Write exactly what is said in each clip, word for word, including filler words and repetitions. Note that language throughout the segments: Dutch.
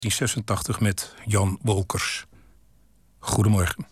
negentien zesentachtig met Jan Wolkers. Goedemorgen.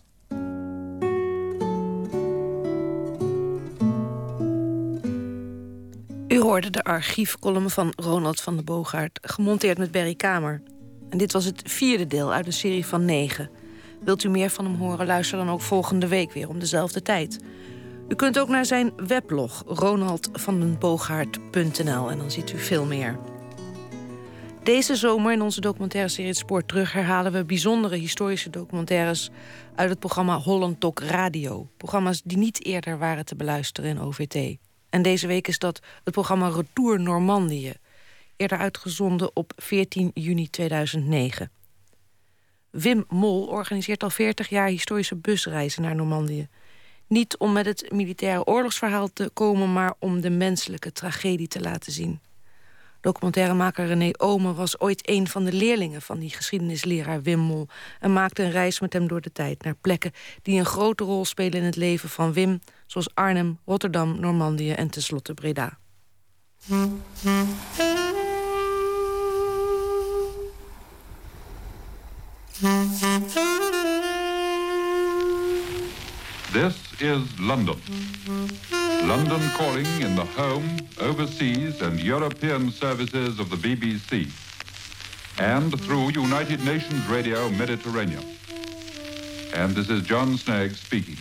U hoorde de archiefcolumn van Ronald van de Boogaard, gemonteerd met Berry Kamer. En dit was het vierde deel uit de serie van negen. Wilt u meer van hem horen, luister dan ook volgende week weer om dezelfde tijd. U kunt ook naar zijn weblog ronald van den boogaard punt n l en dan ziet u veel meer. Deze zomer in onze documentaire serie Het Spoor Terug herhalen we bijzondere historische documentaires uit het programma Holland Doc Radio. Programma's die niet eerder waren te beluisteren in O V T. En deze week is dat het programma Retour Normandië, eerder uitgezonden op veertien juni tweeduizend negen. Wim Mol organiseert al veertig jaar historische busreizen naar Normandië. Niet om met het militaire oorlogsverhaal te komen, maar om de menselijke tragedie te laten zien. Documentairemaker René Omen was ooit een van de leerlingen van die geschiedenisleraar Wim Mol en maakte een reis met hem door de tijd naar plekken die een grote rol spelen in het leven van Wim, zoals Arnhem, Rotterdam, Normandië en tenslotte Breda. This is London. London calling in the home, overseas and European services of the B B C. And through United Nations Radio Mediterranean. And this is John Snagg speaking.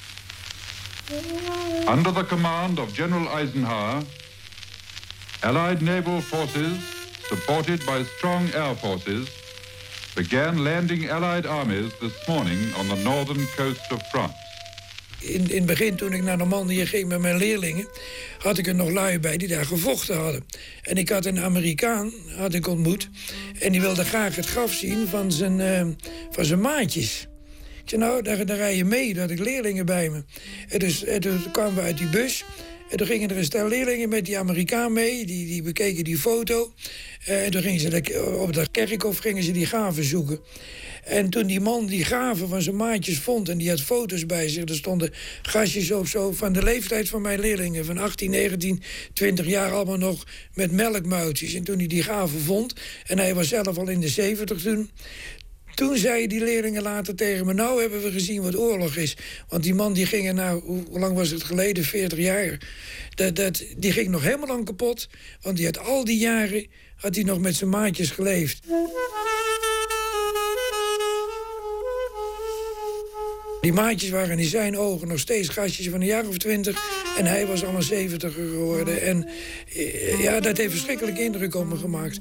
Under the command of General Eisenhower, Allied naval forces, supported by strong air forces, began landing Allied armies this morning on the northern coast of France. In, in het begin, toen ik naar Normandië ging met mijn leerlingen, had ik er nog lui bij die daar gevochten hadden. En ik had een Amerikaan had ik ontmoet en die wilde graag het graf zien van zijn, uh, van zijn maatjes. Ik zei, nou, daar, daar rij je mee, daar had ik leerlingen bij me. En, dus, en toen kwamen we uit die bus en toen gingen er een stel leerlingen met die Amerikaan mee, die, die bekeken die foto. Uh, en toen gingen ze de, op dat kerkhof gingen ze die graven zoeken. En toen die man die graven van zijn maatjes vond en die had foto's bij zich, er stonden gastjes op zo van de leeftijd van mijn leerlingen, van achttien, negentien, twintig jaar, allemaal nog met melkmuiltjes. En toen hij die graven vond, en hij was zelf al in de zeventig toen, toen zeiden die leerlingen later tegen me, nou hebben we gezien wat oorlog is. Want die man die ging er nou, hoe lang was het geleden, veertig jaar, dat, dat, die ging nog helemaal lang kapot, want die had al die jaren, had hij nog met zijn maatjes geleefd. Die maatjes waren in zijn ogen nog steeds gastjes van een jaar of twintig. En hij was al een zeventiger geworden. En ja, dat heeft verschrikkelijk indruk op me gemaakt.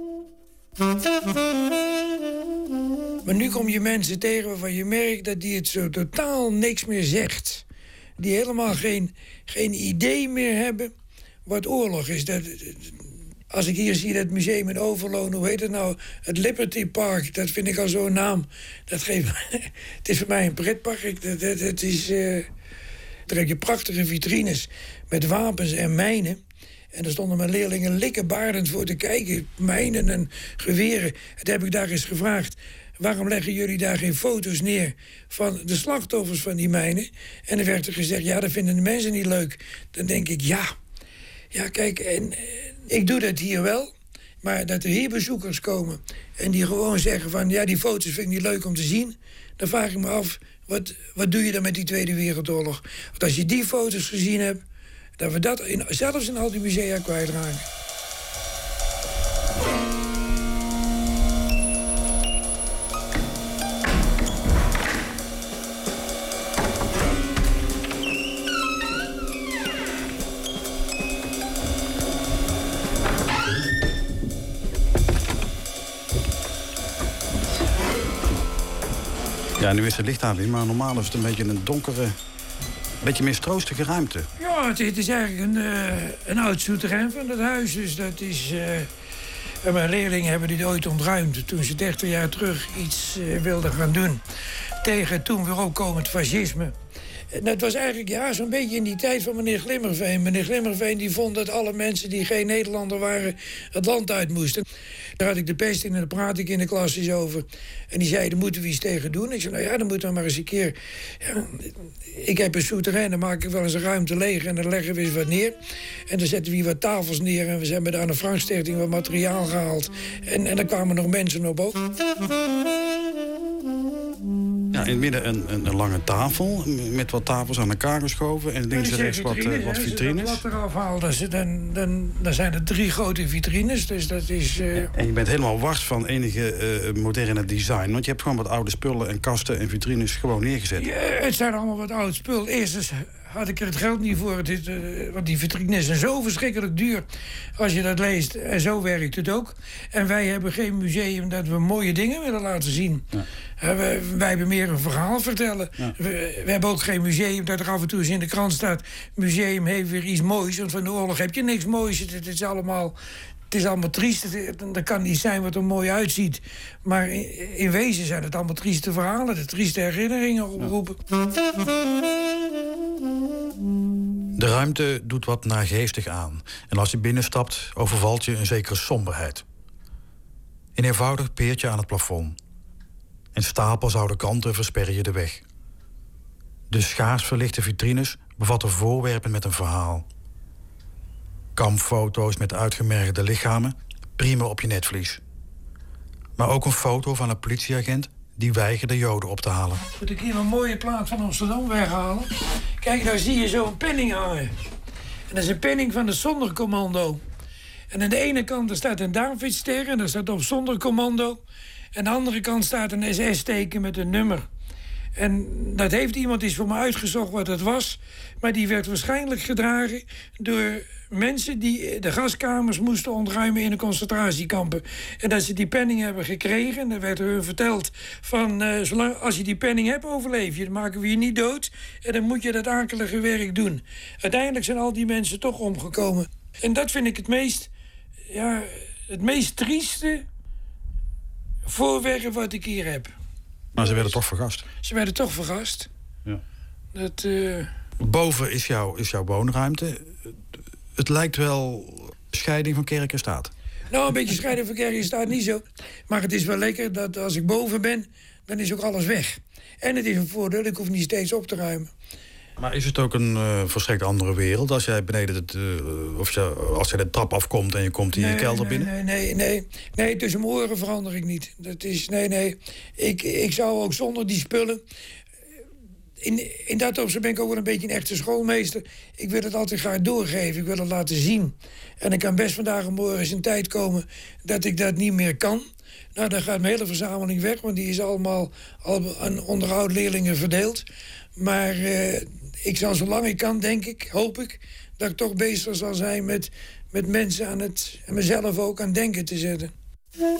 Maar nu kom je mensen tegen waarvan je merkt dat die het zo totaal niks meer zegt. Die helemaal geen, geen idee meer hebben wat oorlog is. Dat, als ik hier zie dat museum in Overloon, hoe heet het nou? Het Liberty Park, dat vind ik al zo'n naam. Dat geeft, het is voor mij een pretpark. Dat, dat, het is, uh, daar heb je prachtige vitrines met wapens en mijnen. En er stonden mijn leerlingen likkenbaardend voor te kijken. Mijnen en geweren. En toen heb ik daar eens gevraagd, waarom leggen jullie daar geen foto's neer van de slachtoffers van die mijnen? En dan werd er gezegd, ja, dat vinden de mensen niet leuk. Dan denk ik, ja, ja kijk, en ik doe dat hier wel, maar dat er hier bezoekers komen en die gewoon zeggen van, ja, die foto's vind ik niet leuk om te zien, dan vraag ik me af, wat, wat doe je dan met die Tweede Wereldoorlog? Want als je die foto's gezien hebt, dat we dat in, zelfs in al die musea kwijtraken. Ja, nu is het licht aan weer, maar normaal is het een beetje een donkere, een beetje mistroostige ruimte. Ja, het, het is eigenlijk een, uh, een oud souterrain van het huis. Dus dat is. Uh, en mijn leerlingen hebben dit ooit ontruimd toen ze dertig jaar terug iets uh, wilden gaan doen tegen toen weer opkomend fascisme. En dat was eigenlijk ja, zo'n beetje in die tijd van meneer Glimmerveen. Meneer Glimmerveen die vond dat alle mensen die geen Nederlander waren het land uit moesten. Daar had ik de pest in en daar praatte ik in de klas eens over. En die zei, daar moeten we iets tegen doen. Ik zei, nou ja, dan moeten we maar eens een keer... Ja, ik heb een souterrain, dan maak ik wel eens een ruimte leeg en dan leggen we eens wat neer. En dan zetten we hier wat tafels neer en we zijn bij de Anne Frank Stichting wat materiaal gehaald. En, en dan kwamen nog mensen op ook. Ja, in het midden een, een, een lange tafel met wat tafels aan elkaar geschoven. En links en rechts wat, uh, wat vitrines. Als je dat eraf haalt, dan, dan, dan, dan zijn er drie grote vitrines. Dus dat is... Uh... En je bent helemaal wars van enige uh, moderne design. Want je hebt gewoon wat oude spullen en kasten en vitrines gewoon neergezet. Ja, het zijn allemaal wat oud spul. Eerst eens had ik er het geld niet voor. Het, uh, want die vitrines zijn zo verschrikkelijk duur als je dat leest. En zo werkt het ook. En wij hebben geen museum dat we mooie dingen willen laten zien. Ja. Uh, wij, wij hebben meer een verhaal vertellen. Ja. We, we hebben ook geen museum dat er af en toe eens in de krant staat... museum heeft weer iets moois, want van de oorlog heb je niks moois. Het, het is allemaal... Het is allemaal triest. Dat kan niet zijn wat er mooi uitziet. Maar in, in wezen zijn het allemaal trieste verhalen. De trieste herinneringen oproepen. De ruimte doet wat naargeestig aan. En als je binnenstapt, overvalt je een zekere somberheid. Een eenvoudig peertje aan het plafond. En stapels oude kanten versperren je de weg. De schaars verlichte vitrines bevatten voorwerpen met een verhaal. Kampfoto's met uitgemergelde lichamen, prima op je netvlies. Maar ook een foto van een politieagent die weigerde Joden op te halen. Moet ik hier een mooie plaat van Amsterdam weghalen? Kijk, daar zie je zo'n penning hangen. En dat is een penning van het Sonderkommando. En aan de ene kant er staat een Davidster en daar staat op Sonderkommando. En aan de andere kant staat een S S-teken met een nummer. En dat heeft iemand eens voor me uitgezocht wat het was. Maar die werd waarschijnlijk gedragen door mensen die de gaskamers moesten ontruimen in de concentratiekampen. En dat ze die penning hebben gekregen. En dan werd er hun verteld van, uh, zolang, als je die penning hebt, overleef je. Dan maken we je niet dood. En dan moet je dat akelige werk doen. Uiteindelijk zijn al die mensen toch omgekomen. En dat vind ik het meest, ja, het meest trieste voorwerp wat ik hier heb. Maar ze werden toch vergast? Ze werden toch vergast. Ja. Dat, uh... Boven is, jouw, is jouw woonruimte. Het lijkt wel scheiding van kerk en staat. Nou, een beetje scheiding van kerk en staat niet zo. Maar het is wel lekker dat als ik boven ben, dan is ook alles weg. En het is een voordeel, ik hoef niet steeds op te ruimen. Maar is het ook een uh, volstrekt andere wereld als jij beneden het, uh, of je, als jij de trap afkomt en je komt in nee, je kelder nee, binnen? Nee, nee, nee. Nee, tussen mijn oren verander ik niet. Dat is, nee, nee. Ik, ik zou ook zonder die spullen... In, in dat opzicht ben ik ook wel een beetje een echte schoolmeester. Ik wil het altijd graag doorgeven. Ik wil het laten zien. En ik kan best vandaag en morgen eens een tijd komen dat ik dat niet meer kan. Nou, dan gaat mijn hele verzameling weg, want die is allemaal al aan onderhoudleerlingen verdeeld. Maar uh, ik zal zolang ik kan, denk ik, hoop ik, dat ik toch bezig zal zijn met, met mensen aan het, en mezelf ook aan denken te zetten. Dat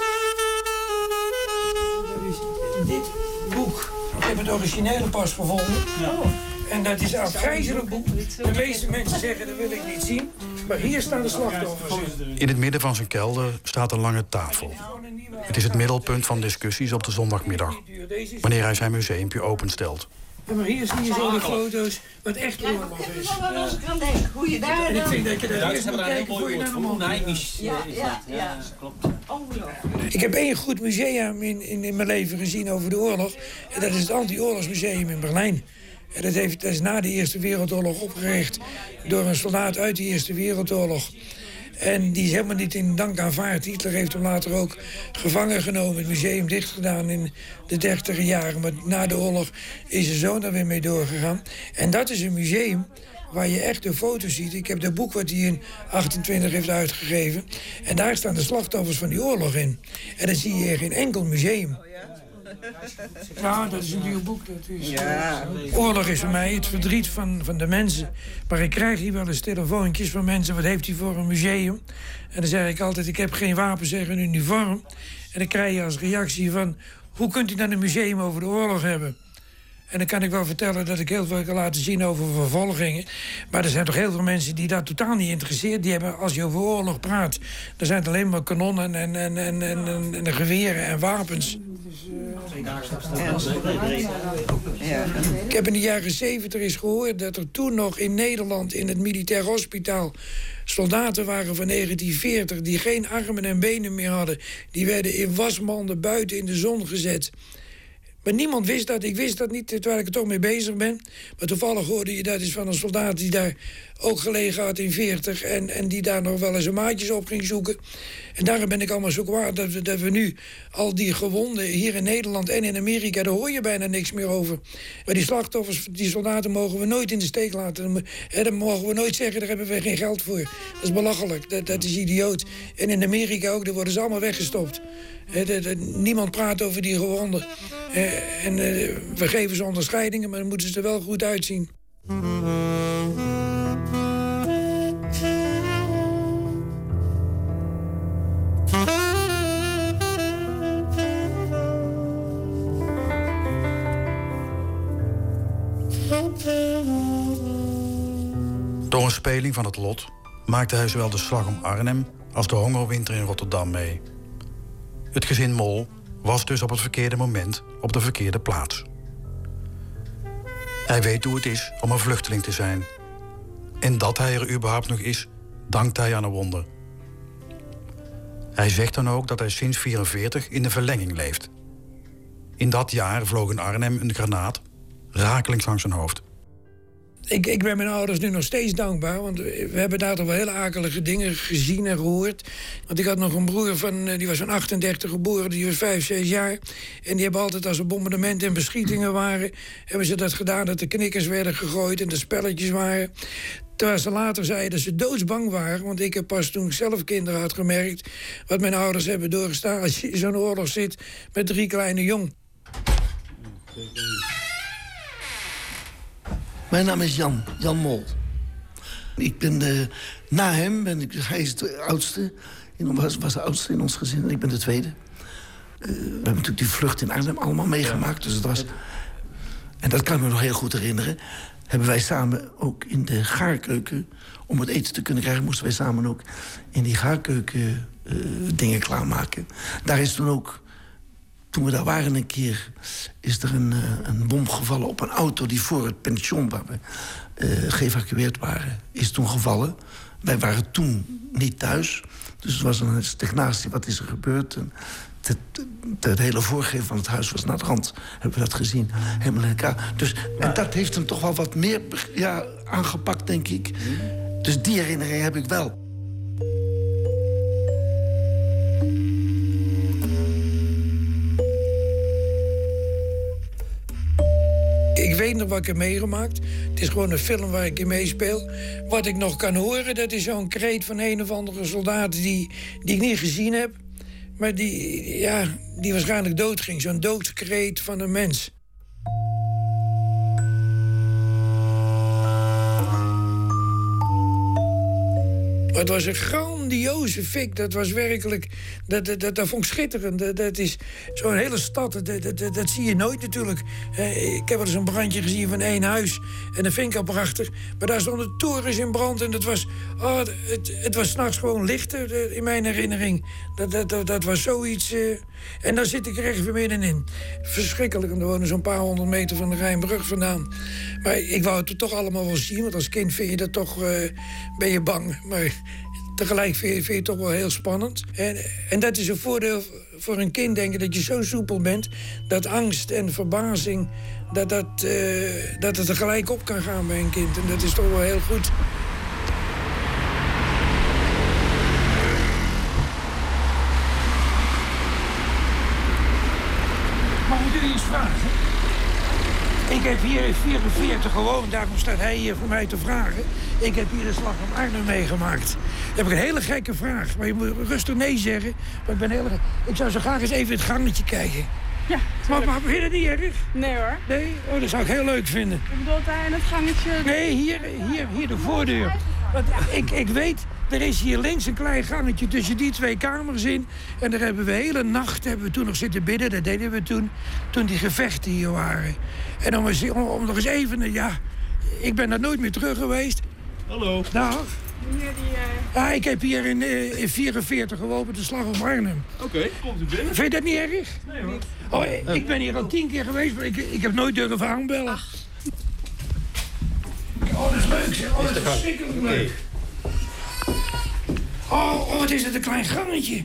is dit boek. Ik heb het originele pas gevonden. Ja. En dat is een afgrijzelijk boek. De meeste mensen zeggen, dat wil ik niet zien. Maar hier staan de slachtoffers in. In het midden van zijn kelder staat een lange tafel. Het is het middelpunt van discussies op de zondagmiddag, wanneer hij zijn museumpje openstelt. Ja, maar hier zie je zo de foto's wat echt oorlog is. Ja, als ik aan denk, hoe je daar... En ik vind dat je daar eerst moet kijken voor je naar de mond gaat. Ja, ja, ja, klopt. Ik heb één goed museum in, in, in mijn leven gezien over de oorlog. En dat is het Anti-Oorlogsmuseum in Berlijn. En dat, heeft, dat is na de Eerste Wereldoorlog opgericht door een soldaat uit de Eerste Wereldoorlog. En die is helemaal niet in dank aanvaard. Hitler heeft hem later ook gevangen genomen. Het museum dicht gedaan in de dertiger jaren. Maar na de oorlog is zijn zoon daar weer mee doorgegaan. En dat is een museum waar je echt de foto's ziet. Ik heb dat boek wat hij in achtentwintig heeft uitgegeven. En daar staan de slachtoffers van die oorlog in. En dat zie je in geen enkel museum. Ja, dat is een duur boek. Dat is, ja. uh, oorlog is voor mij het verdriet van, van de mensen. Maar ik krijg hier wel eens telefoontjes van mensen. Wat heeft hij voor een museum? En dan zeg ik altijd, ik heb geen wapens en een uniform. En dan krijg je als reactie van, hoe kunt u dan een museum over de oorlog hebben? En dan kan ik wel vertellen dat ik heel veel kan laten zien over vervolgingen. Maar er zijn toch heel veel mensen die dat totaal niet interesseert. Die hebben, als je over oorlog praat, dan zijn het alleen maar kanonnen en, en, en, en, en, en geweren en wapens. Dus, uh... Ja. Ik heb in de jaren zeventig eens gehoord dat er toen nog in Nederland in het militair hospitaal soldaten waren van negentien veertig die geen armen en benen meer hadden. Die werden in wasmanden buiten in de zon gezet. Maar niemand wist dat. Ik wist dat niet, terwijl ik er toch mee bezig ben. Maar toevallig hoorde je dat is van een soldaat die daar ook gelegen had in veertig... En, en die daar nog wel eens een maatjes op ging zoeken. En daarom ben ik allemaal zo kwaad dat we, dat we nu al die gewonden hier in Nederland en in Amerika... daar hoor je bijna niks meer over. Maar die slachtoffers, die soldaten mogen we nooit in de steek laten. En dan mogen we nooit zeggen, daar hebben we geen geld voor. Dat is belachelijk, dat, dat is idioot. En in Amerika ook, daar worden ze allemaal weggestopt. He, de, de, niemand praat over die gewonden. Uh, en uh, we geven ze onderscheidingen, maar dan moeten ze er wel goed uitzien. Door een speling van het lot maakte hij zowel de slag om Arnhem als de hongerwinter in Rotterdam mee. Het gezin Mol was dus op het verkeerde moment op de verkeerde plaats. Hij weet hoe het is om een vluchteling te zijn. En dat hij er überhaupt nog is, dankt hij aan een wonder. Hij zegt dan ook dat hij sinds negentien vierenveertig in de verlenging leeft. In dat jaar vloog in Arnhem een granaat, rakelings langs zijn hoofd. Ik, ik ben mijn ouders nu nog steeds dankbaar, want we hebben daar toch wel hele akelige dingen gezien en gehoord. Want ik had nog een broer, van, die was van achtendertig geboren, die was vijf, zes jaar. En die hebben altijd, als er bombardementen en beschietingen waren, hebben ze dat gedaan dat de knikkers werden gegooid en de spelletjes waren. Terwijl ze later zeiden dat ze doodsbang waren, want ik heb pas toen ik zelf kinderen had gemerkt wat mijn ouders hebben doorgestaan als je in zo'n oorlog zit met drie kleine jong. Mijn naam is Jan, Jan Mol. Ik ben de, na hem, ben ik, hij is de oudste, was, was de oudste in ons gezin en ik ben de tweede. Uh, we hebben natuurlijk die vlucht in Arnhem allemaal meegemaakt. Dus het was, en dat kan ik me nog heel goed herinneren. Hebben wij samen ook in de gaarkeuken, om het eten te kunnen krijgen, moesten wij samen ook in die gaarkeuken uh, dingen klaarmaken. Daar is toen ook, toen we daar waren een keer, is er een, uh, een bom gevallen op een auto die voor het pension waar we uh, geëvacueerd waren, is toen gevallen. Wij waren toen niet thuis, dus het was een stagnatie. Wat is er gebeurd? En het, het, het hele voorgeven van het huis was naar de rand. Hebben we dat gezien, helemaal in elkaar. Dus, en dat heeft hem toch wel wat meer ja, aangepakt, denk ik. Dus die herinnering heb ik wel. Ik weet nog wat ik heb meegemaakt. Het is gewoon een film waar ik in meespeel. Wat ik nog kan horen, dat is zo'n kreet van een of andere soldaat die, die ik niet gezien heb. Maar die, ja, die waarschijnlijk doodging. Zo'n doodskreet van een mens. Het was een grandioze fik. Dat was werkelijk... Dat, dat, dat, dat vond ik schitterend. Dat, dat is zo'n hele stad. Dat, dat, dat, dat zie je nooit natuurlijk. Ik heb wel eens een brandje gezien van één huis. En dat vind ik al prachtig. Maar daar stonden torens in brand. En dat was... Oh, het, het was 's nachts gewoon licht in mijn herinnering. Dat, dat, dat, dat was zoiets... Uh, en daar zit ik er echt weer middenin. Verschrikkelijk. En er wonen zo'n paar honderd meter van de Rijnbrug vandaan. Maar ik wou het toch allemaal wel zien. Want als kind vind je dat toch... Uh, ben je bang. Maar... Tegelijk vind je, vind je het toch wel heel spannend. En, en dat is een voordeel voor een kind, denk ik, dat je zo soepel bent... dat angst en verbazing, dat, dat, uh, dat het er gelijk op kan gaan bij een kind. En dat is toch wel heel goed. Mag ik jullie eens vragen? Ik heb hier in negentien vierenveertig gewoond, daarom staat hij hier voor mij te vragen. Ik heb hier de slag om Arnhem meegemaakt. Dan heb ik een hele gekke vraag, maar je moet rustig nee zeggen. Maar ik ben heel... Ik zou zo graag eens even in het gangetje kijken. Ja, maar, maar vind je dat niet erg? Nee hoor. Nee? Oh, dat zou ik heel leuk vinden. Je bedoelt daar in het gangetje? Nee, hier, hier, hier de voordeur. Want ik, ik weet, er is hier links een klein gangetje tussen die twee kamers in. En daar hebben we de hele nacht hebben we toen nog zitten bidden. Dat deden we toen, toen die gevechten hier waren. En om, eens, om, om nog eens even, ja, ik ben daar nooit meer terug geweest. Hallo. Dag. Meneer die... Uh... Ja, ik heb hier in negentien uh, vierenveertig gewoond, de slag om Arnhem. Oké, okay, komt u binnen. Vind je dat niet erg? Nee hoor. Oh, ik, ik ben hier al tien keer geweest, maar ik, ik heb nooit durven aanbellen. Ach. Oh, dat is leuk zeg. Oh, dat is verschrikkelijk leuk. Oh, oh, wat is het een klein gangetje.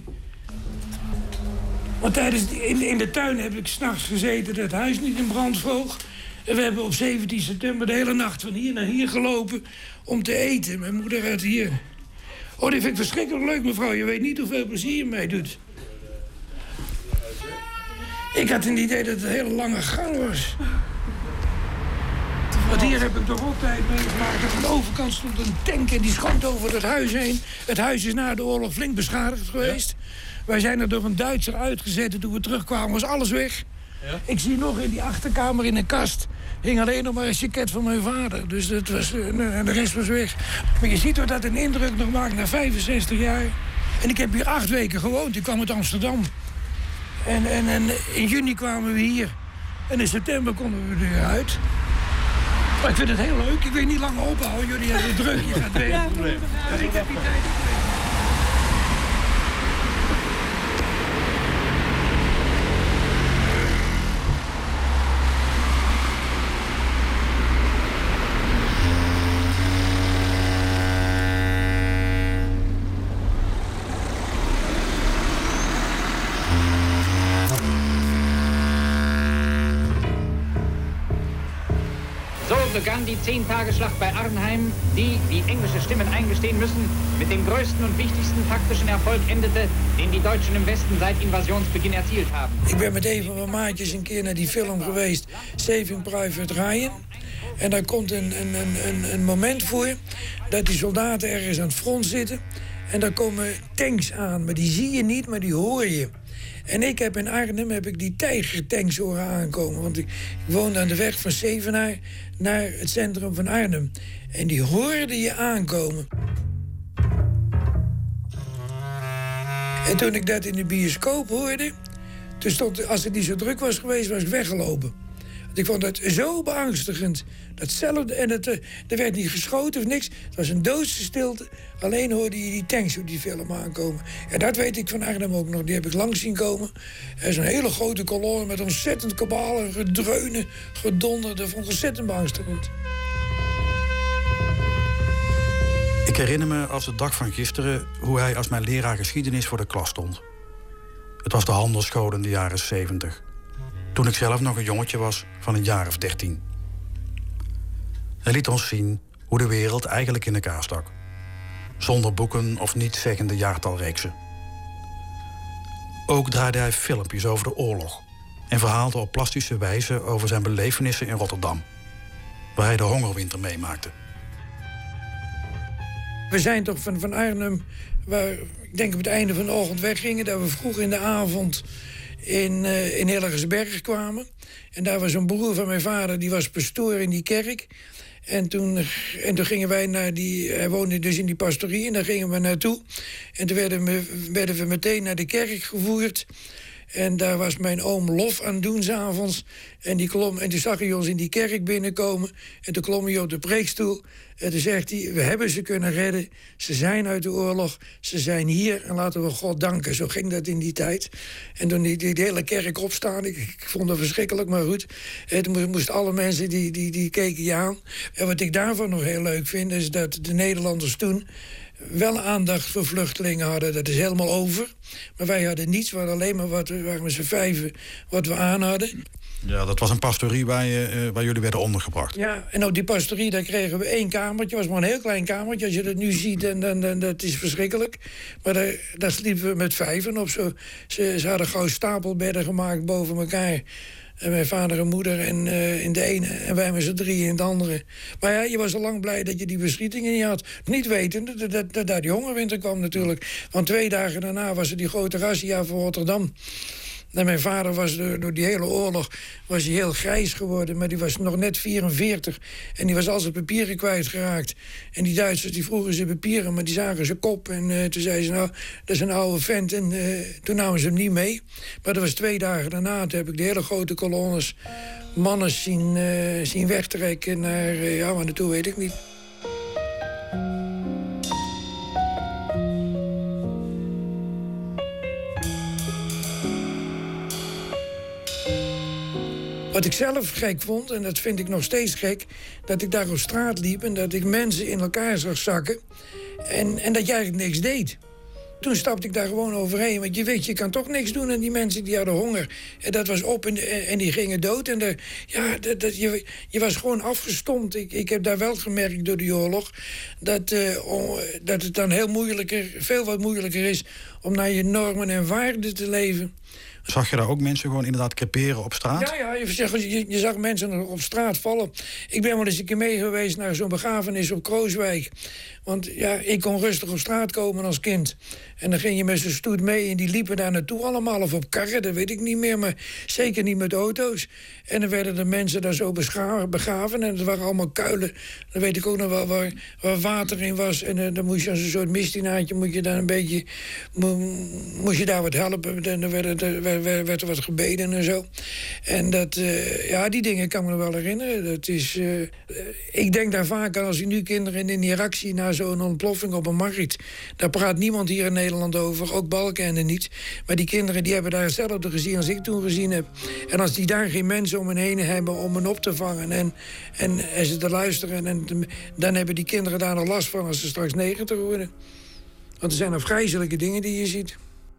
Want tijdens die, in, in de tuin heb ik s'nachts gezeten dat het huis niet in brand vloog. En we hebben op zeventien september de hele nacht van hier naar hier gelopen om te eten. Mijn moeder uit hier. Oh, dit vind ik verschrikkelijk leuk, mevrouw. Je weet niet hoeveel plezier je mij doet. Ik had een idee dat het een hele lange gang was. Want hier heb ik toch altijd meegemaakt. Aan de overkant stond een tank en die schoot over het huis heen. Het huis is na de oorlog flink beschadigd geweest. Ja. Wij zijn er door een Duitser uitgezet en toen we terugkwamen was alles weg. Ja. Ik zie nog in die achterkamer in een kast hing alleen nog maar een jacket van mijn vader. Dus dat was, en de rest was weg. Maar je ziet toch dat een indruk nog maakt na vijfenzestig jaar. En ik heb hier acht weken gewoond. Ik kwam uit Amsterdam. En, en, en in juni kwamen we hier. En in september konden we er weer uit. Maar ik vind het heel leuk. Ik wil niet lang ophouden. Jullie hebben druk. Je gaat weg. Ja, ik heb die tijd. begann die Zehn-Tage-Schlacht bei Arnheim, die, wie englische Stimmen eingestehen müssen, mit dem größten und wichtigsten taktischen Erfolg endete, den die Deutschen im Westen seit Invasionsbeginn erzielt haben. Ik ben met een van mijn maatjes een keer naar die film geweest, Saving Private Ryan. En daar komt een, een, een, een moment voor dat die soldaten ergens aan het front zitten. En daar komen tanks aan, maar die zie je niet, maar die hoor je. En ik heb in Arnhem heb ik die tijgertanks horen aankomen. Want ik, ik woonde aan de weg van Zevenaar naar het centrum van Arnhem. En die hoorde je aankomen. En toen ik dat in de bioscoop hoorde, toen stond, als het niet zo druk was geweest, was ik weggelopen. Want ik vond het zo beangstigend. Datzelfde, en het, er werd niet geschoten of niks. Het was een doodse stilte. Alleen hoorde je die tanks op die film aankomen. En dat weet ik van Arnhem ook nog. Die heb ik langs zien komen. Er is een hele grote kolonne met ontzettend kabalen, gedreunen, gedonder. Dat vond ik ontzettend beangstigend. Ik herinner me als de dag van gisteren hoe hij als mijn leraar geschiedenis voor de klas stond. Het was de handelsschool in de jaren zeventig. Toen ik zelf nog een jongetje was van een jaar of dertien. Hij liet ons zien hoe de wereld eigenlijk in elkaar stak. Zonder boeken of nietszeggende jaartalreeksen. Ook draaide hij filmpjes over de oorlog. En verhaalde op plastische wijze over zijn belevenissen in Rotterdam. Waar hij de hongerwinter meemaakte. We zijn toch van, van Arnhem, waar ik denk op het einde van de ochtend weggingen. Dat we vroeg in de avond in, uh, in Hillegersberg kwamen. En daar was een broer van mijn vader, die was pastoor in die kerk. En toen, en toen gingen wij naar die... Hij woonde dus in die pastorie en daar gingen we naartoe. En toen werden we, werden we meteen naar de kerk gevoerd. En daar was mijn oom lof aan doen 's avonds. En, die klom, en toen zag hij ons in die kerk binnenkomen. En toen klom hij op de preekstoel. En toen zegt hij, we hebben ze kunnen redden. Ze zijn uit de oorlog. Ze zijn hier en laten we God danken. Zo ging dat in die tijd. En toen die, die, die hele kerk opstaan. Ik, ik vond dat verschrikkelijk, maar goed. En toen moesten alle mensen, die, die, die keken je aan. En wat ik daarvan nog heel leuk vind, is dat de Nederlanders toen wel aandacht voor vluchtelingen hadden. Dat is helemaal over. Maar wij hadden niets. We hadden alleen maar wat we waren met z'n vijven wat we aan hadden. Ja, dat was een pastorie waar, je, uh, waar jullie werden ondergebracht. Ja, en op die pastorie daar kregen we één kamertje. Het was maar een heel klein kamertje. Als je dat nu ziet, dan, dan, dan dat is verschrikkelijk. Maar daar, daar sliepen we met vijven op. Zo. Ze, ze hadden gauw stapelbedden gemaakt boven elkaar. En mijn vader en moeder en, uh, in de ene en wij met z'n drieën in de andere. Maar ja, je was al lang blij dat je die beschietingen niet had. Niet wetende dat, dat, dat daar die hongerwinter kwam natuurlijk. Want twee dagen daarna was er die grote razzia voor Rotterdam. En mijn vader was door, door die hele oorlog was hij heel grijs geworden. Maar die was nog net vierenveertig. En die was al zijn papieren kwijtgeraakt. En die Duitsers die vroegen zijn papieren, maar die zagen zijn kop. En uh, toen zeiden ze, nou, dat is een oude vent. En uh, toen namen ze hem niet mee. Maar dat was twee dagen daarna. Toen heb ik de hele grote kolonnes mannen zien, uh, zien wegtrekken naar... Uh, ja, maar naartoe weet ik niet. Wat ik zelf gek vond, en dat vind ik nog steeds gek, dat ik daar op straat liep en dat ik mensen in elkaar zag zakken en, en dat je eigenlijk niks deed. Toen stapte ik daar gewoon overheen, want je weet, je kan toch niks doen aan die mensen die hadden honger. En dat was op en, en die gingen dood. En de, ja, dat, dat, je, je was gewoon afgestompt. Ik, ik heb daar wel gemerkt door die oorlog dat, uh, om, dat het dan heel moeilijker, veel wat moeilijker is om naar je normen en waarden te leven. Zag je daar ook mensen gewoon inderdaad creperen op straat? Ja, ja je, zag, je, je zag mensen op straat vallen. Ik ben wel eens een keer mee geweest naar zo'n begrafenis op Krooswijk. Want ja, ik kon rustig op straat komen als kind. En dan ging je met z'n stoet mee en die liepen daar naartoe allemaal. Of op karren, dat weet ik niet meer, maar zeker niet met auto's. En dan werden de mensen daar zo begraven. En het waren allemaal kuilen. Dan weet ik ook nog wel waar, waar water in was. En uh, dan moest je als een soort misdienaartje, moet je daar een beetje, mo, moest je daar wat helpen. En dan werd er, werd, werd er wat gebeden en zo. En dat, uh, ja, die dingen kan ik me nog wel herinneren. Dat is, uh, ik denk daar vaak aan als je nu kinderen in Irak ziet na zo'n ontploffing op een markt. Daar praat niemand hier in Nederland over, ook Balkenende niet. Maar die kinderen die hebben daar hetzelfde gezien als ik toen gezien heb. En als die daar geen mensen om hen heen hebben om hen op te vangen en, en, en ze te luisteren, en, dan hebben die kinderen daar nog last van als ze straks negentig worden. Want er zijn nog vreselijke dingen die je ziet.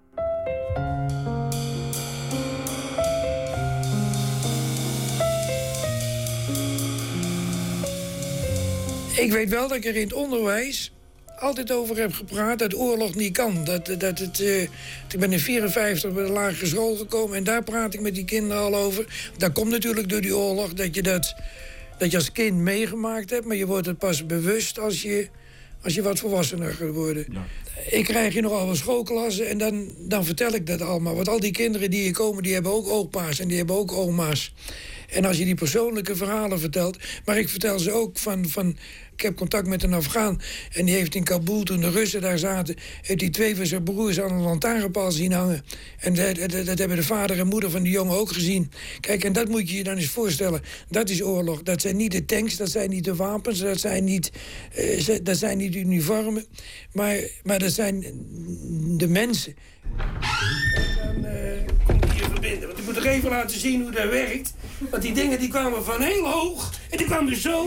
Ik weet wel dat ik er in het onderwijs altijd over heb gepraat dat oorlog niet kan. Dat, dat het, uh, ik ben in vierenvijftig bij de lagere school gekomen en daar praat ik met die kinderen al over. Dat komt natuurlijk door die oorlog, dat je dat, dat je als kind meegemaakt hebt, maar je wordt het pas bewust als je, als je wat volwassener gaat worden. Ja. Ik krijg hier nogal wat schoolklassen en dan, dan vertel ik dat allemaal. Want al die kinderen die hier komen, die hebben ook opa's en die hebben ook oma's. En als je die persoonlijke verhalen vertelt, maar ik vertel ze ook van, van ik heb contact met een Afghaan en die heeft in Kabul, toen de Russen daar zaten, heeft die twee van zijn broers aan een lantaarnpaal zien hangen. En dat, dat, dat hebben de vader en moeder van die jongen ook gezien. Kijk, en dat moet je je dan eens voorstellen. Dat is oorlog. Dat zijn niet de tanks, dat zijn niet de wapens, dat zijn niet, uh, dat zijn niet de uniformen, maar, maar dat zijn de mensen. Dan uh, kom ik hier verbinden, want ik moet er even laten zien hoe dat werkt. Want die dingen die kwamen van heel hoog en die kwamen zo.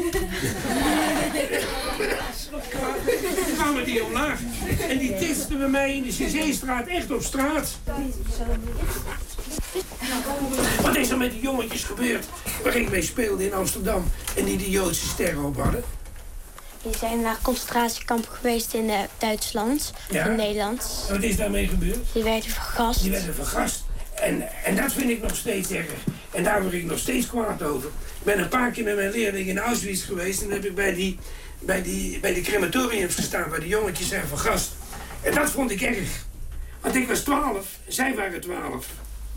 Dan kwamen die omlaag. En die tisten bij mij in de C C-straat echt op straat. Wat is er met die jongetjes gebeurd waar ik mee speelde in Amsterdam en die die Joodse sterren op hadden? Die zijn naar concentratiekampen geweest in uh, Duitsland, ja. In Nederland. Wat is daarmee gebeurd? Die werden vergast. Die werden vergast. En, en dat vind ik nog steeds erg. En daar word ik nog steeds kwaad over. Ik ben een paar keer met mijn leerling in Auschwitz geweest en heb ik bij die, bij die, bij die crematoriums gestaan, waar de jongetjes zijn vergast. En dat vond ik erg. Want ik was twaalf, zij waren twaalf.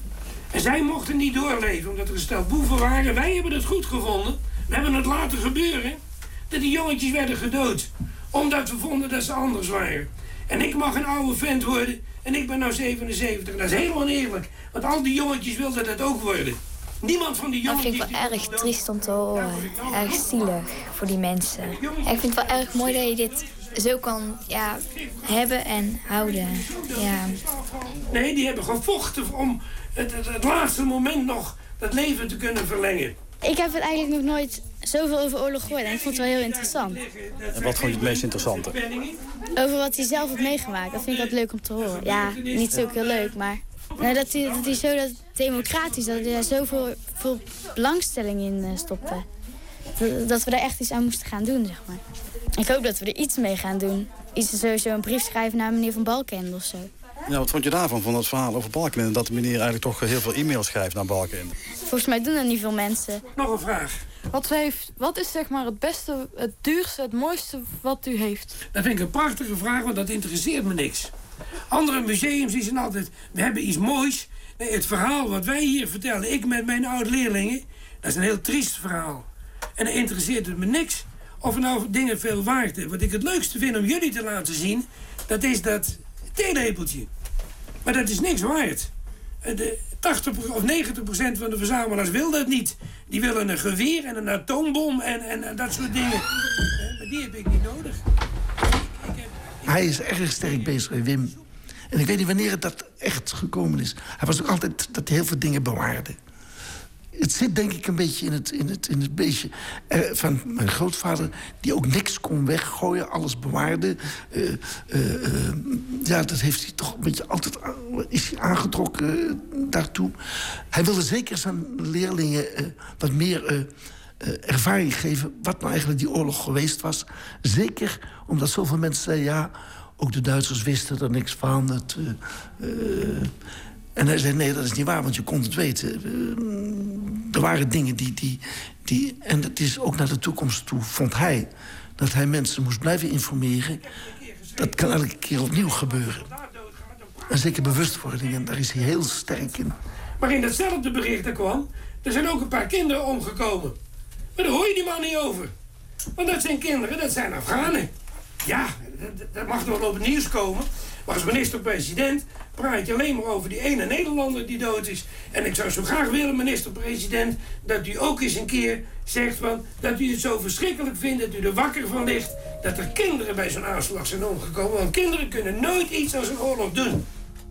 En zij mochten niet doorleven, omdat er een stel boeven waren. Wij hebben het goed gevonden. We hebben het laten gebeuren. Dat die jongetjes werden gedood. Omdat we vonden dat ze anders waren. En ik mag een oude vent worden. En ik ben nou zevenenzeventig. Dat is heel oneerlijk. Want al die jongetjes wilden dat ook worden. Niemand van die jongetjes... Dat vind ik wel erg triest om te horen. Erg zielig voor die mensen. Ja, ik vind het wel erg mooi dat je dit zo kan ja, hebben en houden. Ja. Nee, die hebben gevochten om het, het, het laatste moment nog dat leven te kunnen verlengen. Ik heb het eigenlijk nog nooit zoveel over oorlog gehoord en ik vond het wel heel interessant. En wat vond je het meest interessante? Over wat hij zelf had meegemaakt. Dat vind ik altijd leuk om te horen. Ja, niet zo heel leuk, maar nou, dat, hij, dat hij zo dat democratisch, dat hij daar zoveel veel belangstelling in uh, stopte. Dat, dat we daar echt iets aan moesten gaan doen, zeg maar. Ik hoop dat we er iets mee gaan doen. Iets sowieso een brief schrijven naar meneer Van Balkenende of zo. Ja, wat vond je daarvan, van dat verhaal over Balkenende? Dat de meneer eigenlijk toch heel veel e-mails schrijft naar Balkenende? Volgens mij doen dat niet veel mensen. Nog een vraag. Wat, heeft, wat is zeg maar het beste, het duurste, het mooiste wat u heeft? Dat vind ik een prachtige vraag, want dat interesseert me niks. Andere museums die zijn altijd, we hebben iets moois. Nee, het verhaal wat wij hier vertellen, ik met mijn oud-leerlingen, dat is een heel triest verhaal. En dan interesseert het me niks of er nou dingen veel waard hebben. Wat ik het leukste vind om jullie te laten zien, dat is dat theelepeltje. Maar dat is niks waard. De tachtig of negentig procent van de verzamelaars wil dat niet. Die willen een geweer en een atoombom en, en dat soort dingen. Maar die heb ik niet nodig. Ik heb, ik... Hij is erg sterk bezig, Wim. En ik weet niet wanneer het dat echt gekomen is. Hij was ook altijd dat hij heel veel dingen bewaarde. het zit denk ik een beetje in het, in het, in het beestje uh, van mijn grootvader... die ook niks kon weggooien, alles bewaarde. Uh, uh, uh, ja, dat heeft hij toch een beetje altijd is hij aangetrokken uh, daartoe. Hij wilde zeker zijn leerlingen uh, wat meer... Uh, Uh, ervaring geven wat nou eigenlijk die oorlog geweest was. Zeker omdat zoveel mensen zeiden... ja, ook de Duitsers wisten er niks van. Het, uh, uh, en hij zei, nee, dat is niet waar, want je kon het weten. Uh, er waren dingen die, die, die... En het is ook naar de toekomst toe, vond hij... dat hij mensen moest blijven informeren. Dat kan elke keer opnieuw gebeuren. En zeker bewustwording, en daar is hij heel sterk in. Maar in datzelfde bericht er kwam... er zijn ook een paar kinderen omgekomen... Maar daar hoor je die man niet over. Want dat zijn kinderen, dat zijn Afghanen. Ja, dat, dat mag nog wel op het nieuws komen. Maar als minister-president praat je alleen maar over die ene Nederlander die dood is. En ik zou zo graag willen, minister-president... dat u ook eens een keer zegt van, dat u het zo verschrikkelijk vindt... dat u er wakker van ligt dat er kinderen bij zo'n aanslag zijn omgekomen. Want kinderen kunnen nooit iets als een oorlog doen.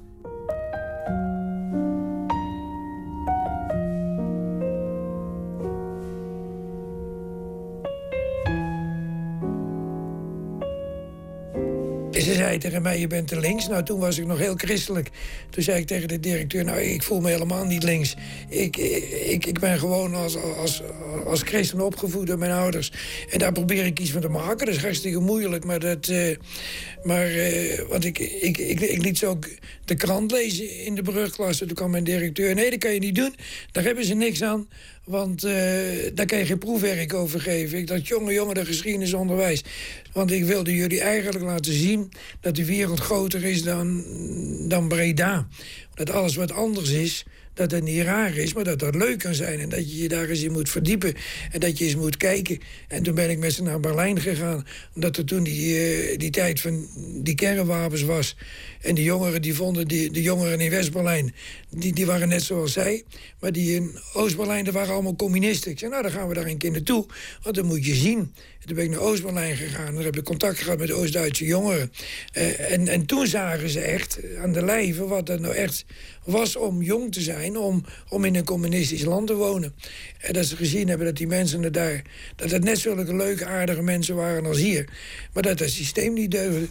Ze zei tegen mij, je bent te links. Nou, toen was ik nog heel christelijk. Toen zei ik tegen de directeur, nou, ik voel me helemaal niet links. Ik, ik, ik ben gewoon als, als, als christen opgevoed door mijn ouders. En daar probeer ik iets van te maken. Dat is hartstikke moeilijk, maar dat... Uh, maar, uh, want ik, ik, ik, ik liet ze ook de krant lezen in de brugklasse. Toen kwam mijn directeur, nee, dat kan je niet doen. Daar hebben ze niks aan. Want uh, daar kan je geen proefwerk over geven. Ik dacht, jongen, jongen, de geschiedenisonderwijs. Want ik wilde jullie eigenlijk laten zien... dat de wereld groter is dan, dan Breda. Dat alles wat anders is, dat het niet raar is... maar dat dat leuk kan zijn en dat je je daar eens in moet verdiepen... en dat je eens moet kijken. En toen ben ik met ze naar Berlijn gegaan... omdat er toen die, uh, die tijd van die kernwapens was... en die jongeren die vonden, die, de jongeren in West-Berlijn... Die, die waren net zoals zij. Maar die in Oost-Berlijn, dat waren allemaal communisten. Ik zei, nou, dan gaan we daar een keer naartoe. Want dat moet je zien. En toen ben ik naar Oost-Berlijn gegaan. Daar heb ik contact gehad met de Oost-Duitse jongeren. Uh, en, en toen zagen ze echt aan de lijve wat het nou echt was om jong te zijn... om, om in een communistisch land te wonen. En dat ze gezien hebben dat die mensen er daar... dat het net zulke leuke, aardige mensen waren als hier. Maar dat het systeem niet deugde.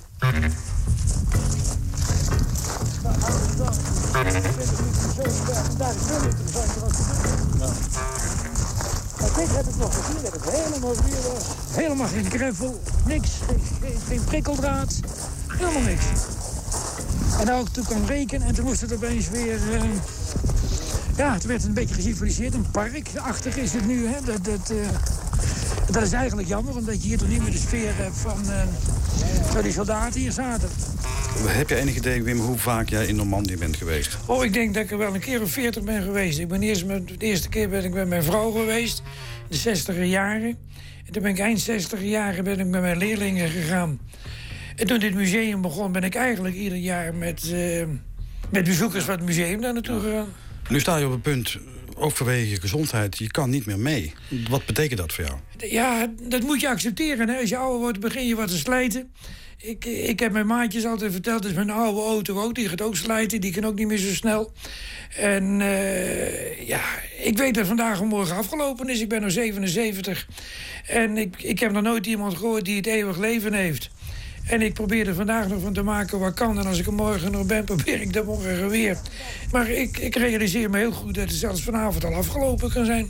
Dit heb ik nog gezien, dat het helemaal weer... Helemaal geen gravel, niks, geen, geen prikkeldraad, helemaal niks. En ook toen kwam reken en toen moest het opeens weer... Uh, ja, het werd een beetje geciviliseerd, een parkachtig is het nu, hè. Dat, dat, uh, dat is eigenlijk jammer, omdat je hier toch niet meer de sfeer hebt van, uh, van die soldaten hier zaten. Heb je enig idee, Wim, hoe vaak jij in Normandië bent geweest? Oh, ik denk dat ik er wel een keer of veertig ben geweest. Ik ben eerst met, de eerste keer ben ik met mijn vrouw geweest, in de zestiger jaren. En toen ben ik eind zestiger jaren ben ik met mijn leerlingen gegaan. En toen dit museum begon, ben ik eigenlijk ieder jaar met, uh, met bezoekers van het museum daar naartoe gegaan. Nu sta je op het punt, ook vanwege je gezondheid, je kan niet meer mee. Wat betekent dat voor jou? Ja, dat moet je accepteren. Hè? Als je ouder wordt, begin je wat te slijten. Ik, ik heb mijn maatjes altijd verteld, dus mijn oude auto ook, die gaat ook slijten, die kan ook niet meer zo snel. En uh, ja, ik weet dat vandaag en morgen afgelopen is. Ik ben nu zevenenzeventig. En ik, ik heb nog nooit iemand gehoord die het eeuwig leven heeft. En ik probeer er vandaag nog van te maken wat kan. En als ik er morgen nog ben, probeer ik dat morgen weer. Maar ik, ik realiseer me heel goed dat het zelfs vanavond al afgelopen kan zijn.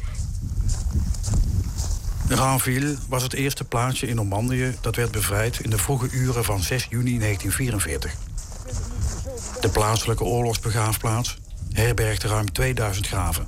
Ranville was het eerste plaatsje in Normandië dat werd bevrijd in de vroege uren van zes juni negentien vierenveertig. De plaatselijke oorlogsbegraafplaats herbergde ruim tweeduizend graven.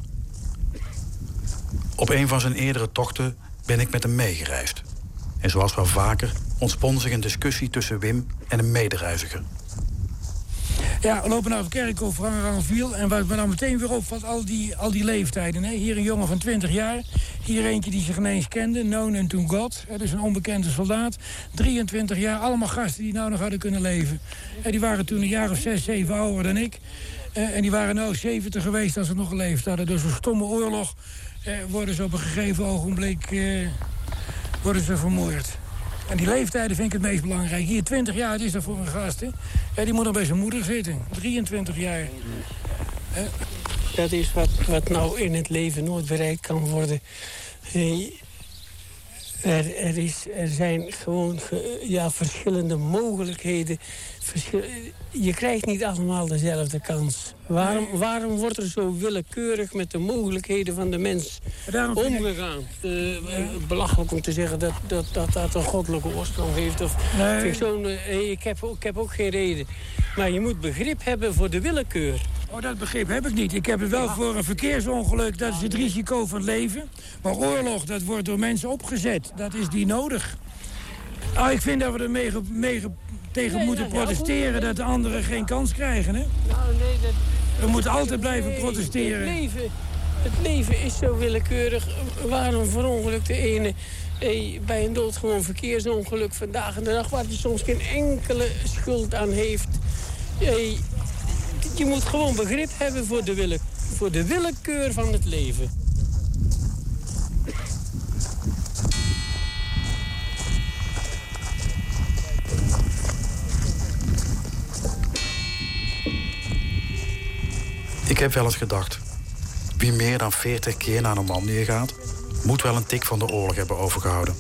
Op een van zijn eerdere tochten ben ik met hem meegereisd. En zoals wel vaker ontspon zich een discussie tussen Wim en een medereiziger. Ja, we lopen naar het kerkhof van Ranville. En wat me dan meteen weer opvalt, al die, al die leeftijden. Hè? Hier een jongen van twintig jaar. Hier eentje die zich ineens kende, Known and to God. Dat is een onbekende soldaat. drieëntwintig jaar, allemaal gasten die nou nog hadden kunnen leven. En die waren toen een jaar of zes, zeven ouder dan ik. En die waren nou zeventig geweest als ze nog geleefd hadden. Dus een stomme oorlog worden ze op een gegeven ogenblik eh, worden ze vermoord. En die leeftijden vind ik het meest belangrijk. Hier twintig jaar, het is dat voor een gast. Hè? Ja, die moet nog bij zijn moeder zitten. drieëntwintig jaar. Hè? Dat is wat, wat nou in het leven nooit bereikt kan worden. Hey, er, er, is, er zijn gewoon ja, verschillende mogelijkheden. Verschil, je krijgt niet allemaal dezelfde kans. Waarom, waarom wordt er zo willekeurig met de mogelijkheden van de mens omgegaan? Uh, ja. Belachelijk om te zeggen dat dat, dat dat een goddelijke oorsprong heeft. Of, nee. vind ik, zo'n, uh, ik, heb, ik heb ook geen reden. Maar je moet begrip hebben voor de willekeur. Oh, dat begrip heb ik niet. Ik heb het wel ja. voor een verkeersongeluk. Dat is het risico van het leven. Maar oorlog, dat wordt door mensen opgezet. Dat is niet nodig. Oh, ik vind dat we er mee, mee tegen nee, moeten protesteren... dat de anderen geen kans krijgen, hè? Nou, nee, dat... We moeten altijd blijven nee, protesteren. Het leven, het leven is zo willekeurig. Waarom verongelukt de ene hey, bij een doodgewoon verkeersongeluk vandaag en de dag... waar hij soms geen enkele schuld aan heeft... Hey, je moet gewoon begrip hebben voor de, wille, voor de willekeur van het leven. Ik heb wel eens gedacht, wie meer dan veertig keer naar Normandië gaat... moet wel een tik van de oorlog hebben overgehouden.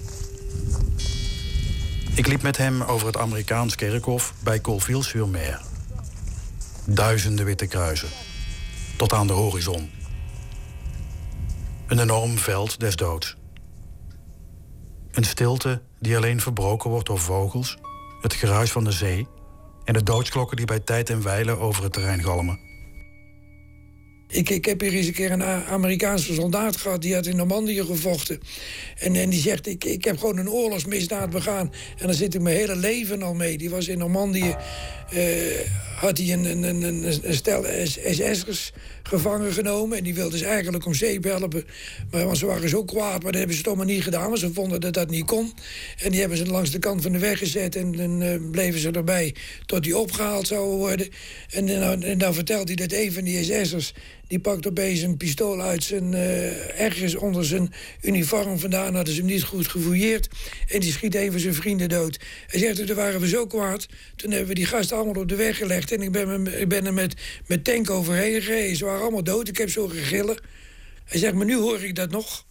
Ik liep met hem over het Amerikaans kerkhof bij Colville-sur-Mer. Duizenden witte kruisen, tot aan de horizon. Een enorm veld des doods. Een stilte die alleen verbroken wordt door vogels, het geruis van de zee... en de doodsklokken die bij tijd en wijle over het terrein galmen. Ik, ik heb hier eens een keer een Amerikaanse soldaat gehad... die had in Normandië gevochten. En, en die zegt, ik, ik heb gewoon een oorlogsmisdaad begaan. En daar zit ik mijn hele leven al mee. Die was in Normandië... Uh, had hij een, een, een, een stel S S'ers gevangen genomen. En die wilden ze eigenlijk om zeep helpen. Maar want ze waren zo kwaad, maar dat hebben ze toch maar niet gedaan. Want ze vonden dat dat niet kon. En die hebben ze langs de kant van de weg gezet. En dan uh, bleven ze erbij tot die opgehaald zouden worden. En, en, en dan vertelt hij dat een van die S S'ers... die pakt opeens een pistool uit zijn... Uh, ergens onder zijn uniform vandaan. Hadden ze hem niet goed gefouilleerd. En die schiet even zijn vrienden dood. Hij zegt, toen waren we zo kwaad. Toen hebben we die gasten allemaal op de weg gelegd. En ik ben, me, ik ben er met, met tank overheen gereden. Ze waren allemaal dood. Ik heb zo gegillen. Hij zegt, maar nu hoor ik dat nog.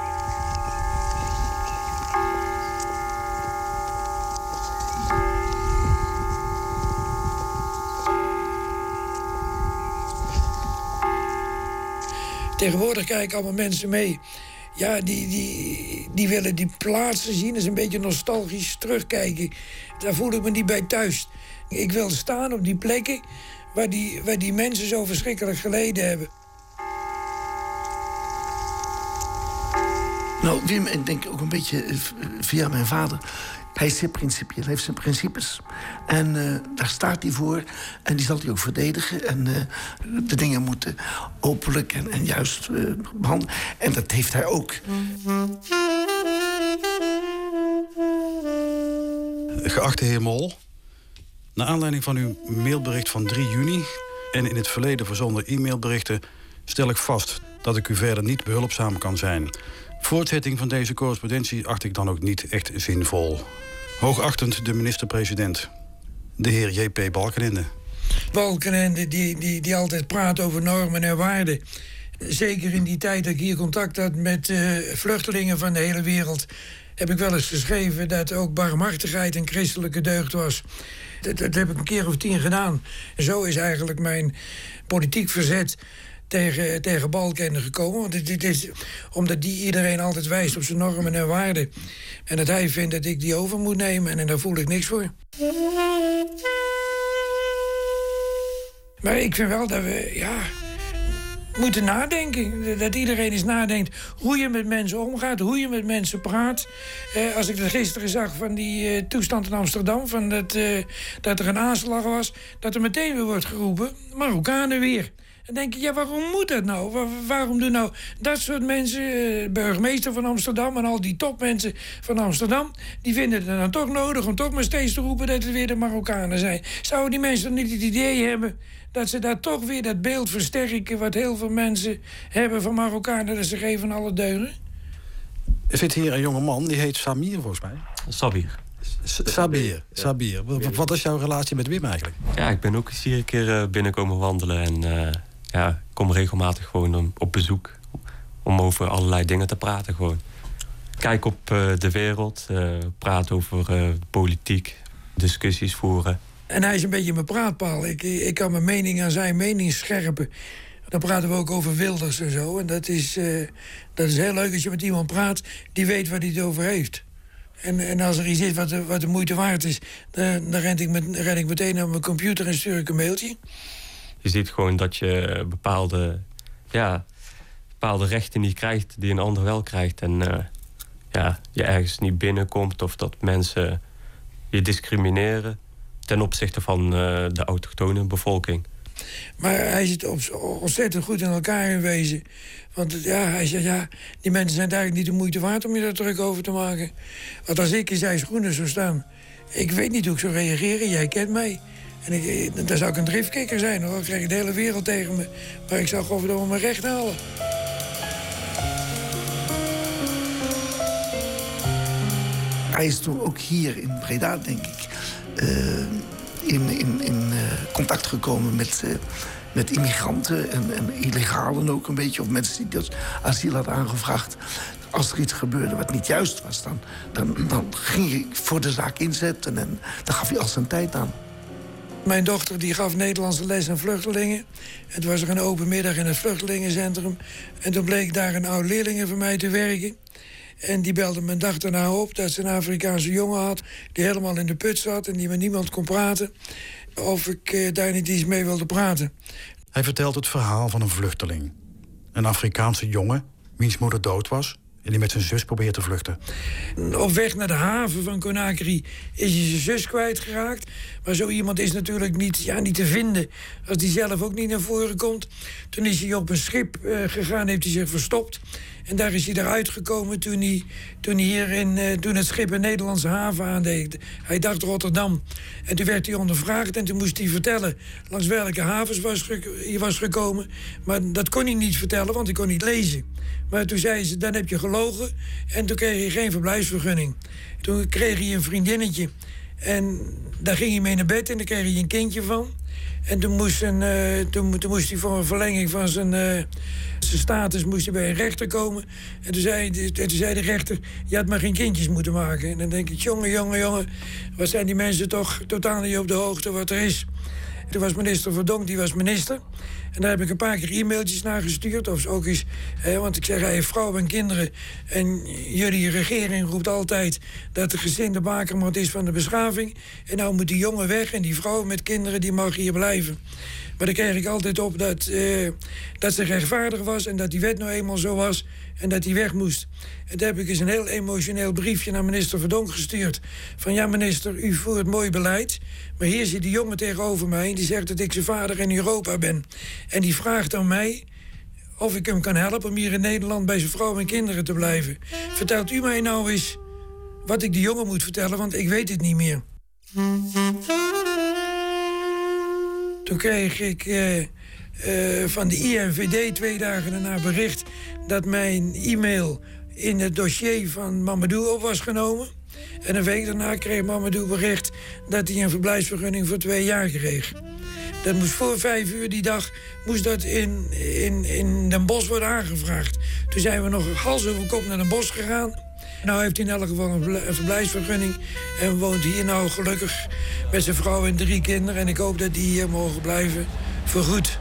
Tegenwoordig kijken allemaal mensen mee. Ja, die, die, die willen die plaatsen zien. Dat is een beetje nostalgisch terugkijken. Daar voel ik me niet bij thuis. Ik wil staan op die plekken waar die, waar die mensen zo verschrikkelijk geleden hebben. Nou, Wim, ik denk ook een beetje via mijn vader... Hij is zeer principieel, hij heeft zijn principes. En uh, daar staat hij voor. En die zal hij ook verdedigen. En uh, de dingen moeten openlijk en, en juist uh, behandelen. En dat heeft hij ook. Geachte heer Mol, naar aanleiding van uw mailbericht van drie juni... en in het verleden verzonden e-mailberichten... stel ik vast dat ik u verder niet behulpzaam kan zijn. Voortzetting van deze correspondentie acht ik dan ook niet echt zinvol. Hoogachtend de minister-president, de heer J P Balkenende. Balkenende die, die, die altijd praat over normen en waarden. Zeker in die tijd dat ik hier contact had met uh, vluchtelingen van de hele wereld... heb ik wel eens geschreven dat ook barmhartigheid een christelijke deugd was. Dat, dat heb ik een keer of tien gedaan. En zo is eigenlijk mijn politiek verzet... Tegen, tegen Balkenende gekomen. Want dit, dit is omdat die iedereen altijd wijst op zijn normen en waarden. En dat hij vindt dat ik die over moet nemen. En, en daar voel ik niks voor. Maar ik vind wel dat we, ja... moeten nadenken. Dat iedereen eens nadenkt hoe je met mensen omgaat, hoe je met mensen praat. Eh, als ik dat gisteren zag van die uh, toestand in Amsterdam... Van dat, uh, dat er een aanslag was, dat er meteen weer wordt geroepen... Marokkanen weer. Dan denk je, ja, waarom moet dat nou? Waar, waarom doen nou dat soort mensen, uh, burgemeester van Amsterdam... en al die topmensen van Amsterdam... die vinden het dan toch nodig om toch maar steeds te roepen... dat het weer de Marokkanen zijn. Zouden die mensen dan niet het idee hebben... dat ze daar toch weer dat beeld versterken... wat heel veel mensen hebben van Marokkanen... dat ze geven alle deuren? Er zit hier een jonge man, die heet Samir volgens mij. Sabir. S Sabir, Sabir. Wat is jouw relatie met Wim eigenlijk? Ja, ik ben ook eens hier een keer binnenkomen wandelen. En uh, ja, kom regelmatig gewoon op bezoek om over allerlei dingen te praten gewoon. Kijk op uh, de wereld, uh, praat over uh, politiek, discussies voeren. En hij is een beetje mijn praatpaal. Ik, ik kan mijn mening aan zijn mening scherpen. Dan praten we ook over Wilders en zo. En dat is, uh, dat is heel leuk als je met iemand praat die weet waar hij het over heeft. En, en als er iets is wat de, wat de moeite waard is, dan, dan ren ik, met, ren ik meteen naar mijn computer en stuur ik een mailtje. Je ziet gewoon dat je bepaalde, ja, bepaalde rechten niet krijgt die een ander wel krijgt. En uh, ja, je ergens niet binnenkomt of dat mensen je discrimineren ten opzichte van uh, de autochtone bevolking. Maar hij zit ontzettend goed in elkaar in wezen. Want ja, hij zegt, ja, die mensen zijn het eigenlijk niet de moeite waard om je daar druk over te maken. Want als ik in zijn schoenen zou staan, ik weet niet hoe ik zou reageren, jij kent mij. En ik, dan zou ik een driftkikker zijn, hoor. Dan krijg ik de hele wereld tegen me. Maar ik zou gewoon mijn recht halen. Hij is toen ook hier in Breda, denk ik, uh, in, in, in uh, contact gekomen met, uh, met immigranten en, en illegalen ook een beetje. Of mensen die asiel hadden aangevraagd. Als er iets gebeurde wat niet juist was, dan, dan, dan ging hij voor de zaak inzetten en dan gaf hij al zijn tijd aan. Mijn dochter die gaf Nederlandse les aan vluchtelingen. En toen was er een open middag in het vluchtelingencentrum. En toen bleek daar een oud leerling van mij te werken. En die belde me een dag daarna op dat ze een Afrikaanse jongen had... die helemaal in de put zat en die met niemand kon praten. Of ik uh, daar niet iets mee wilde praten. Hij vertelt het verhaal van een vluchteling. Een Afrikaanse jongen, wiens moeder dood was... en die met zijn zus probeert te vluchten. Op weg naar de haven van Conakry is hij zijn zus kwijtgeraakt. Maar zo iemand is natuurlijk niet, ja, niet te vinden als die zelf ook niet naar voren komt. Toen is hij op een schip uh, gegaan, heeft hij zich verstopt. En daar is hij eruit gekomen toen, hij, toen, hij hier in, uh, toen het schip een Nederlandse haven aandeed. Hij dacht Rotterdam. En toen werd hij ondervraagd en toen moest hij vertellen... langs welke havens was hij was gekomen. Maar dat kon hij niet vertellen, want hij kon niet lezen. Maar toen zei ze, dan heb je gelogen. En toen kreeg hij geen verblijfsvergunning. Toen kreeg hij een vriendinnetje. En daar ging hij mee naar bed en daar kreeg hij een kindje van. En toen moest, een, uh, toen, toen moest hij voor een verlenging van zijn, uh, zijn status moest hij bij een rechter komen. En toen zei, toen zei de rechter, je had maar geen kindjes moeten maken. En dan denk ik, jongen, jongen, jongen... wat zijn die mensen toch totaal niet op de hoogte wat er is. Toen was minister Verdonk, die was minister. En daar heb ik een paar keer e-mailtjes naar gestuurd. Of ook eens, hè, want ik zeg, hij heeft vrouw en kinderen. En jullie regering roept altijd dat de gezin de bakermat is van de beschaving. En nou moet die jongen weg en die vrouw met kinderen, die mag hier blijven. Maar dan kreeg ik altijd op dat, uh, dat ze rechtvaardig was... en dat die wet nou eenmaal zo was en dat hij weg moest. En toen heb ik eens een heel emotioneel briefje naar minister Verdonk gestuurd. Van ja, minister, u voert mooi beleid... maar hier zit die jongen tegenover mij... en die zegt dat ik zijn vader in Europa ben. En die vraagt aan mij of ik hem kan helpen... om hier in Nederland bij zijn vrouw en kinderen te blijven. Vertelt u mij nou eens wat ik die jongen moet vertellen... want ik weet het niet meer. Toen kreeg ik uh, uh, van de I N V D twee dagen daarna bericht... dat mijn e-mail in het dossier van Mamadou op was genomen. En een week daarna kreeg Mamadou bericht... dat hij een verblijfsvergunning voor twee jaar kreeg. Dat moest voor vijf uur die dag moest dat in, in, in Den Bosch worden aangevraagd. Toen zijn we nog hals over kop naar Den Bosch gegaan... Nou heeft hij in elk geval een verblijfsvergunning... en woont hier nou gelukkig met zijn vrouw en drie kinderen... en ik hoop dat die hier mogen blijven voorgoed.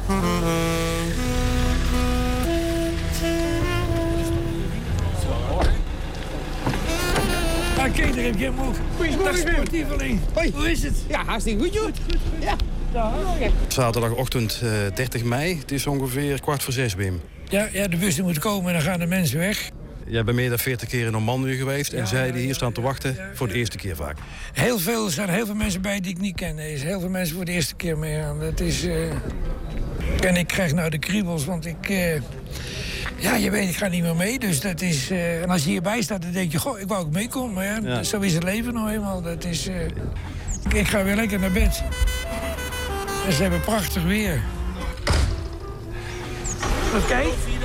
Ah, kijk, daar heb je hem ook. Dag, sportieveling. Hoi. Hoe is het? Ja, hartstikke goed, joh. Goed, goed. Ja. Zaterdagochtend uh, dertig mei, het is ongeveer kwart voor zes, Wim. Ja, ja, de bussen moeten komen en dan gaan de mensen weg. Jij bent meer dan veertig keer in Normandië geweest... en ja, zij die hier staan te wachten ja, ja, voor de eerste keer vaak. Heel veel, er staan heel veel mensen bij die ik niet ken. Er is heel veel mensen voor de eerste keer meegaan. Dat is... Uh... En ik krijg nou de kriebels, want ik... Uh... Ja, je weet, ik ga niet meer mee, dus dat is... Uh... En als je hierbij staat, dan denk je... Goh, ik wou ook meekomen, maar ja, ja. Zo is het leven nou eenmaal. Dat is... Uh... Ik ga weer lekker naar bed. En ze hebben prachtig weer. Oké? Okay.